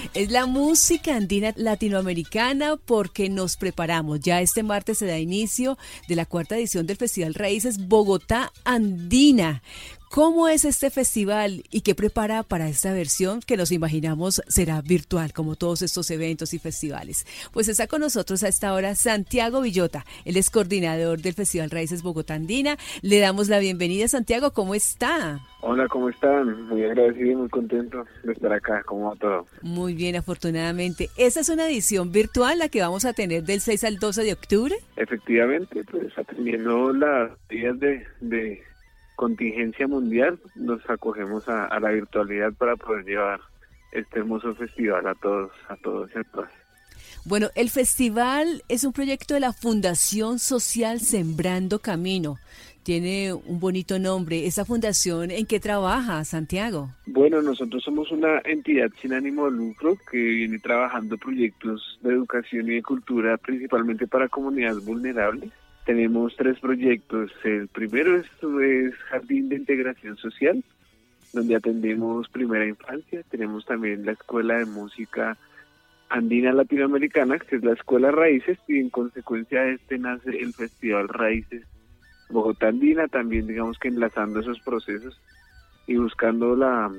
Es la música andina latinoamericana porque nos preparamos. Ya este martes se da inicio de la 4ª edición del Festival Raíces Bogotá Andina. ¿Cómo es este festival y qué prepara para esta versión que nos imaginamos será virtual, como todos estos eventos y festivales? Pues está con nosotros a esta hora Santiago Villota, él es coordinador del Festival Raíces Bogotá Andina. Le damos la bienvenida, Santiago, ¿cómo está? Hola, ¿cómo están? Muy agradecido y muy contento de estar acá. ¿Cómo va todo? Muy bien, afortunadamente. Esta es una edición virtual, la que vamos a tener del 6 al 12 de octubre. Efectivamente, pues atendiendo las días de contingencia mundial, nos acogemos a la virtualidad para poder llevar este hermoso festival a todos y a todas. Bueno, el festival es un proyecto de la Fundación Social Sembrando Camino. Tiene un bonito nombre. ¿Esa fundación en qué trabaja, Santiago? Bueno, nosotros somos una entidad sin ánimo de lucro que viene trabajando proyectos de educación y de cultura principalmente para comunidades vulnerables. Tenemos 3 proyectos. El primero es Jardín de Integración Social, donde atendemos primera infancia. Tenemos también la Escuela de Música Andina Latinoamericana, que es la Escuela Raíces, y en consecuencia de este nace el Festival Raíces Bogotá Andina, también digamos que enlazando esos procesos y buscando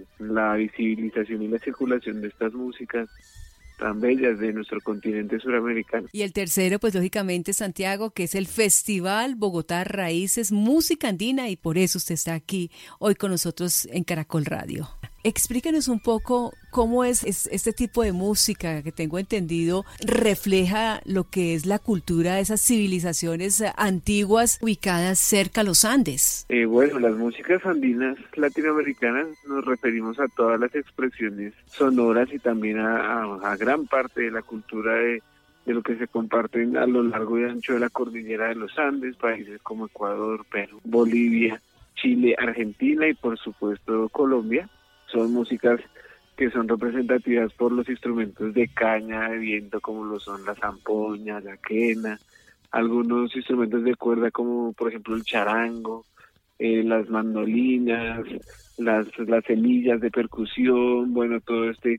la visibilización y la circulación de estas músicas tan bellas de nuestro continente suramericano. Y el tercero, pues lógicamente, Santiago, que es el Festival Bogotá Raíces Música Andina, y por eso usted está aquí hoy con nosotros en Caracol Radio. Explíquenos un poco cómo es este tipo de música que tengo entendido refleja lo que es la cultura de esas civilizaciones antiguas ubicadas cerca a los Andes. Bueno, las músicas andinas latinoamericanas nos referimos a todas las expresiones sonoras y también a gran parte de la cultura de lo que se comparten a lo largo y ancho de la cordillera de los Andes, países como Ecuador, Perú, Bolivia, Chile, Argentina y por supuesto Colombia. Son músicas que son representativas por los instrumentos de caña de viento como lo son la zampoña, la quena, algunos instrumentos de cuerda como por ejemplo el charango, las mandolinas, las semillas de percusión, bueno, todo esta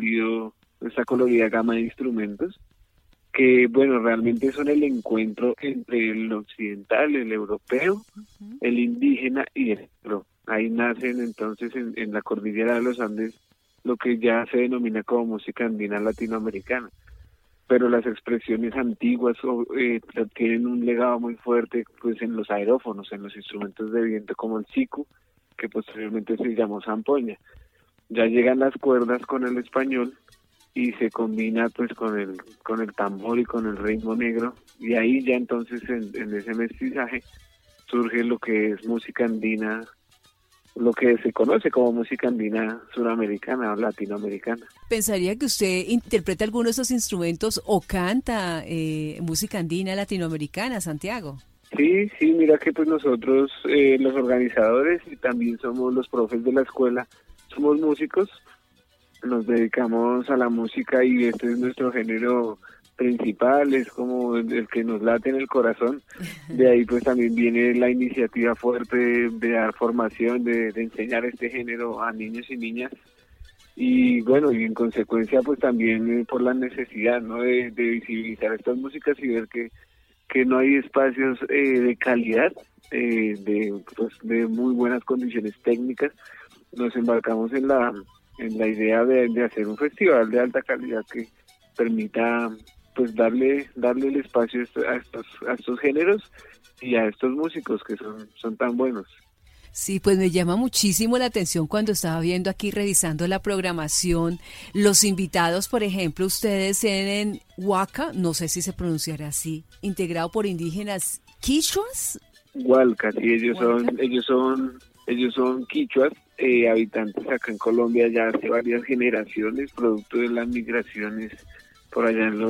colorida gama de instrumentos que, bueno, realmente son el encuentro entre el occidental, el europeo, el indígena y el negro. Ahí nacen entonces en la cordillera de los Andes lo que ya se denomina como música andina latinoamericana. Pero las expresiones antiguas tienen un legado muy fuerte pues en los aerófonos, en los instrumentos de viento como el siku, que posteriormente se llamó zampoña. Ya llegan las cuerdas con el español y se combina pues con el tambor y con el ritmo negro, y ahí ya entonces en ese mestizaje surge lo que es música andina, lo que se conoce como música andina suramericana o latinoamericana. Pensaría que usted interpreta alguno de esos instrumentos o canta música andina latinoamericana, Santiago. Sí, mira que pues nosotros los organizadores y también somos los profes de la escuela, somos músicos, nos dedicamos a la música y este es nuestro género principal, es como el que nos late en el corazón. De ahí pues también viene la iniciativa fuerte de dar formación, de enseñar este género a niños y niñas, y bueno, y en consecuencia pues también por la necesidad, ¿no?, de visibilizar estas músicas y ver que no hay espacios de calidad, de muy buenas condiciones técnicas. Nos embarcamos en la idea de hacer un festival de alta calidad que permita pues darle el espacio a estos géneros y a estos músicos que son tan buenos. Sí, pues me llama muchísimo la atención cuando estaba viendo aquí, revisando la programación, los invitados, por ejemplo, ustedes tienen Huaca, no sé si se pronunciará así, integrado por indígenas quichuas. Hualcas, sí, ellos son quichuas, habitantes acá en Colombia ya hace varias generaciones, producto de las migraciones por allá en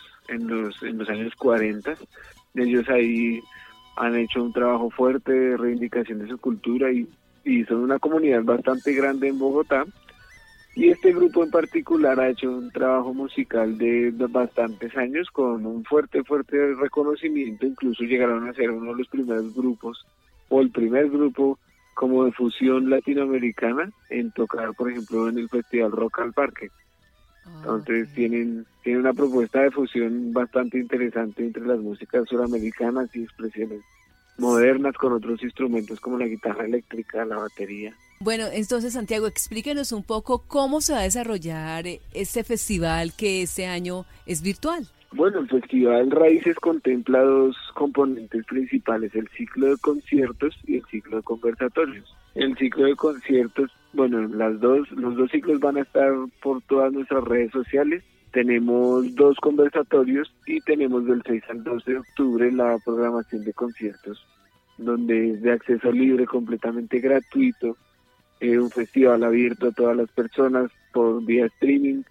los años 40. Ellos ahí han hecho un trabajo fuerte de reivindicación de su cultura y son una comunidad bastante grande en Bogotá. Y este grupo en particular ha hecho un trabajo musical de bastantes años con un fuerte reconocimiento. Incluso llegaron a ser uno de los primeros grupos, o el primer grupo como de fusión latinoamericana en tocar, por ejemplo, en el Festival Rock al Parque. Entonces tienen una propuesta de fusión bastante interesante entre las músicas suramericanas y expresiones modernas con otros instrumentos como la guitarra eléctrica, la batería. Bueno, entonces Santiago, explíquenos un poco cómo se va a desarrollar este festival que este año es virtual. Bueno, el Festival Raíces contempla dos componentes principales, el ciclo de conciertos y el ciclo de conversatorios. El ciclo de conciertos, bueno, los dos ciclos van a estar por todas nuestras redes sociales. Tenemos 2 conversatorios y tenemos del 6 al 12 de octubre la programación de conciertos, donde es de acceso libre, completamente gratuito, un festival abierto a todas las personas por vía streaming,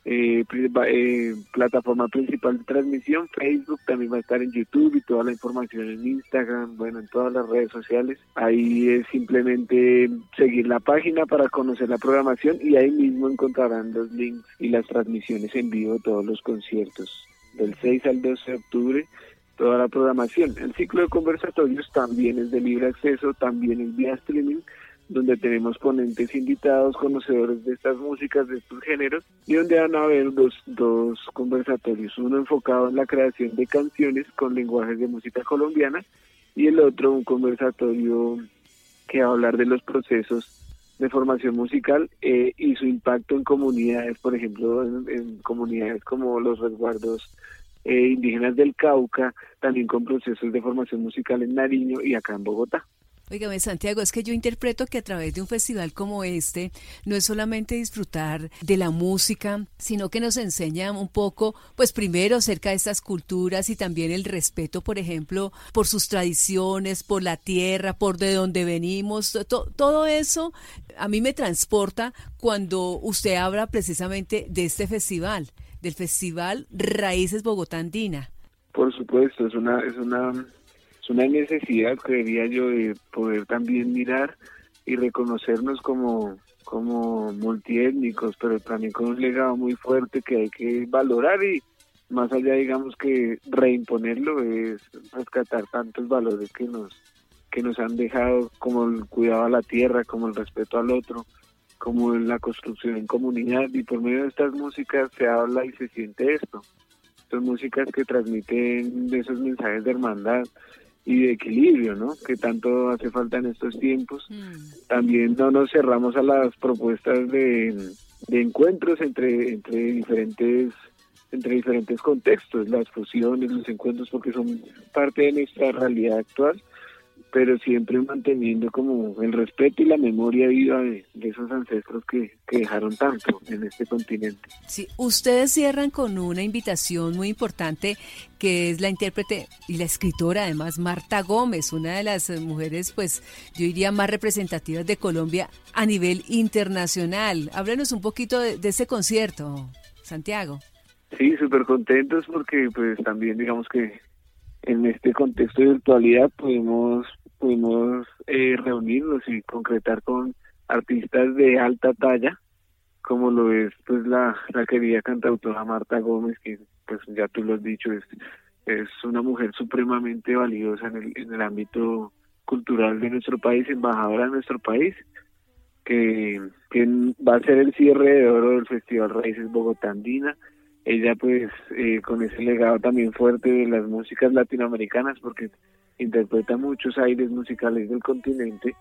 plataforma principal de transmisión, Facebook, también va a estar en YouTube y toda la información en Instagram, bueno, en todas las redes sociales. Ahí es simplemente seguir la página para conocer la programación y ahí mismo encontrarán los links y las transmisiones en vivo de todos los conciertos. Del 6 al 12 de octubre, toda la programación. El ciclo de conversatorios también es de libre acceso, también es vía streaming, donde tenemos ponentes invitados, conocedores de estas músicas, de estos géneros, y donde van a haber dos conversatorios, uno enfocado en la creación de canciones con lenguajes de música colombiana, y el otro un conversatorio que va a hablar de los procesos de formación musical y su impacto en comunidades, por ejemplo, en comunidades como los resguardos indígenas del Cauca, también con procesos de formación musical en Nariño y acá en Bogotá. Óigame, Santiago, es que yo interpreto que a través de un festival como este no es solamente disfrutar de la música, sino que nos enseña un poco, pues primero acerca de estas culturas y también el respeto, por ejemplo, por sus tradiciones, por la tierra, por de dónde venimos. Todo eso a mí me transporta cuando usted habla precisamente de este festival, del Festival Raíces Bogotá Andina. Por supuesto, es una necesidad, creería yo, de poder también mirar y reconocernos como multiétnicos, pero también con un legado muy fuerte que hay que valorar y más allá, digamos, que reimponerlo, es rescatar tantos valores que nos han dejado, como el cuidado a la tierra, como el respeto al otro, como la construcción en comunidad, y por medio de estas músicas se habla y se siente esto. Son músicas que transmiten esos mensajes de hermandad y de equilibrio, ¿no?, que tanto hace falta en estos tiempos. También no nos cerramos a las propuestas de encuentros entre diferentes contextos, las fusiones, los encuentros, porque son parte de nuestra realidad actual, pero siempre manteniendo como el respeto y la memoria viva de esos ancestros que dejaron tanto en este continente. Sí, ustedes cierran con una invitación muy importante, que es la intérprete y la escritora, además, Marta Gómez, una de las mujeres, pues, yo diría más representativas de Colombia a nivel internacional. Háblanos un poquito de ese concierto, Santiago. Sí, súper contentos porque, pues, también digamos que en este contexto de virtualidad pudimos reunirnos y concretar con artistas de alta talla, como lo es pues la querida cantautora Marta Gómez, que pues ya tú lo has dicho, es una mujer supremamente valiosa en el ámbito cultural de nuestro país, embajadora de nuestro país, que va a ser el cierre de oro del Festival Raíces Bogotá Andina. Ella pues con ese legado también fuerte de las músicas latinoamericanas, porque interpreta muchos aires musicales del continente,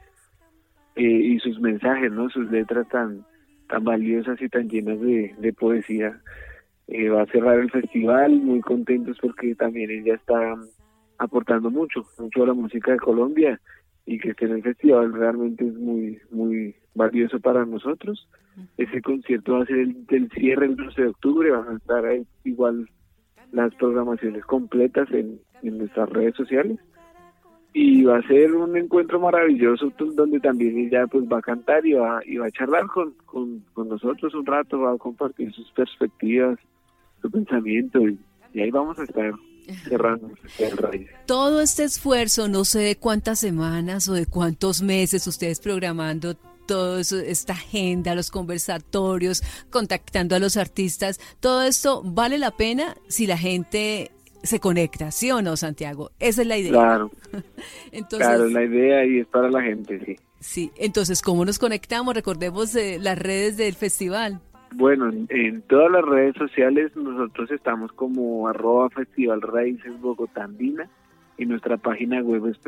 y sus mensajes, ¿no?, sus letras tan valiosas y tan llenas de poesía. Va a cerrar el festival muy contentos porque también ella está aportando mucho a la música de Colombia, y que esté en el festival realmente es muy muy valioso para nosotros. Ese concierto va a ser el cierre el 12 de octubre, van a estar ahí igual las programaciones completas en nuestras redes sociales, y va a ser un encuentro maravilloso donde también ella pues va a cantar y va a charlar con nosotros un rato, va a compartir sus perspectivas, su pensamiento, y ahí vamos a estar cerrando el raíz. Todo este esfuerzo, no sé de cuántas semanas o de cuántos meses ustedes programando todo eso, esta agenda, los conversatorios, contactando a los artistas, todo esto vale la pena si la gente se conecta, ¿sí o no, Santiago? Esa es la idea. Claro. Entonces, claro, la idea y es para la gente, sí. Sí, entonces, ¿cómo nos conectamos? Recordemos las redes del festival. Bueno, en todas las redes sociales nosotros estamos como @Festival Raíces Bogotá Andina y nuestra página web es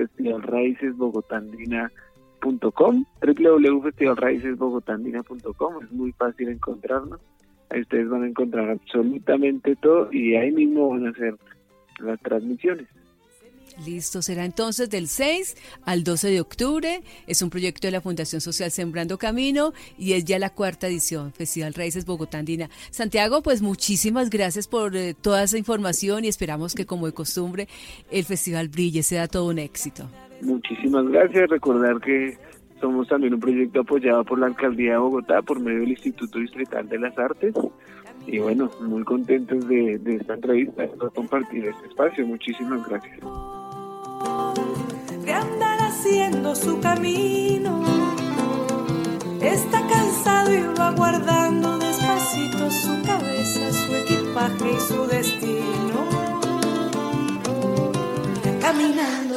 festivalraicesbogotandina.com, www.festivalraicesbogotandina.com. Es muy fácil encontrarnos. Ahí ustedes van a encontrar absolutamente todo y ahí mismo van a hacer las transmisiones. Listo, será entonces del 6 al 12 de octubre. Es un proyecto de la Fundación Social Sembrando Camino y es ya la 4ª edición, Festival Raíces Bogotá Andina. Santiago, pues muchísimas gracias por toda esa información y esperamos que, como de costumbre, el festival brille, sea todo un éxito. Muchísimas gracias. Recordar que somos también un proyecto apoyado por la Alcaldía de Bogotá por medio del Instituto Distrital de las Artes. Y bueno, muy contentos de esta entrevista, de compartir este espacio. Muchísimas gracias. De andar haciendo su camino, está cansado y va guardando despacito su cabeza, su equipaje y su destino. Caminando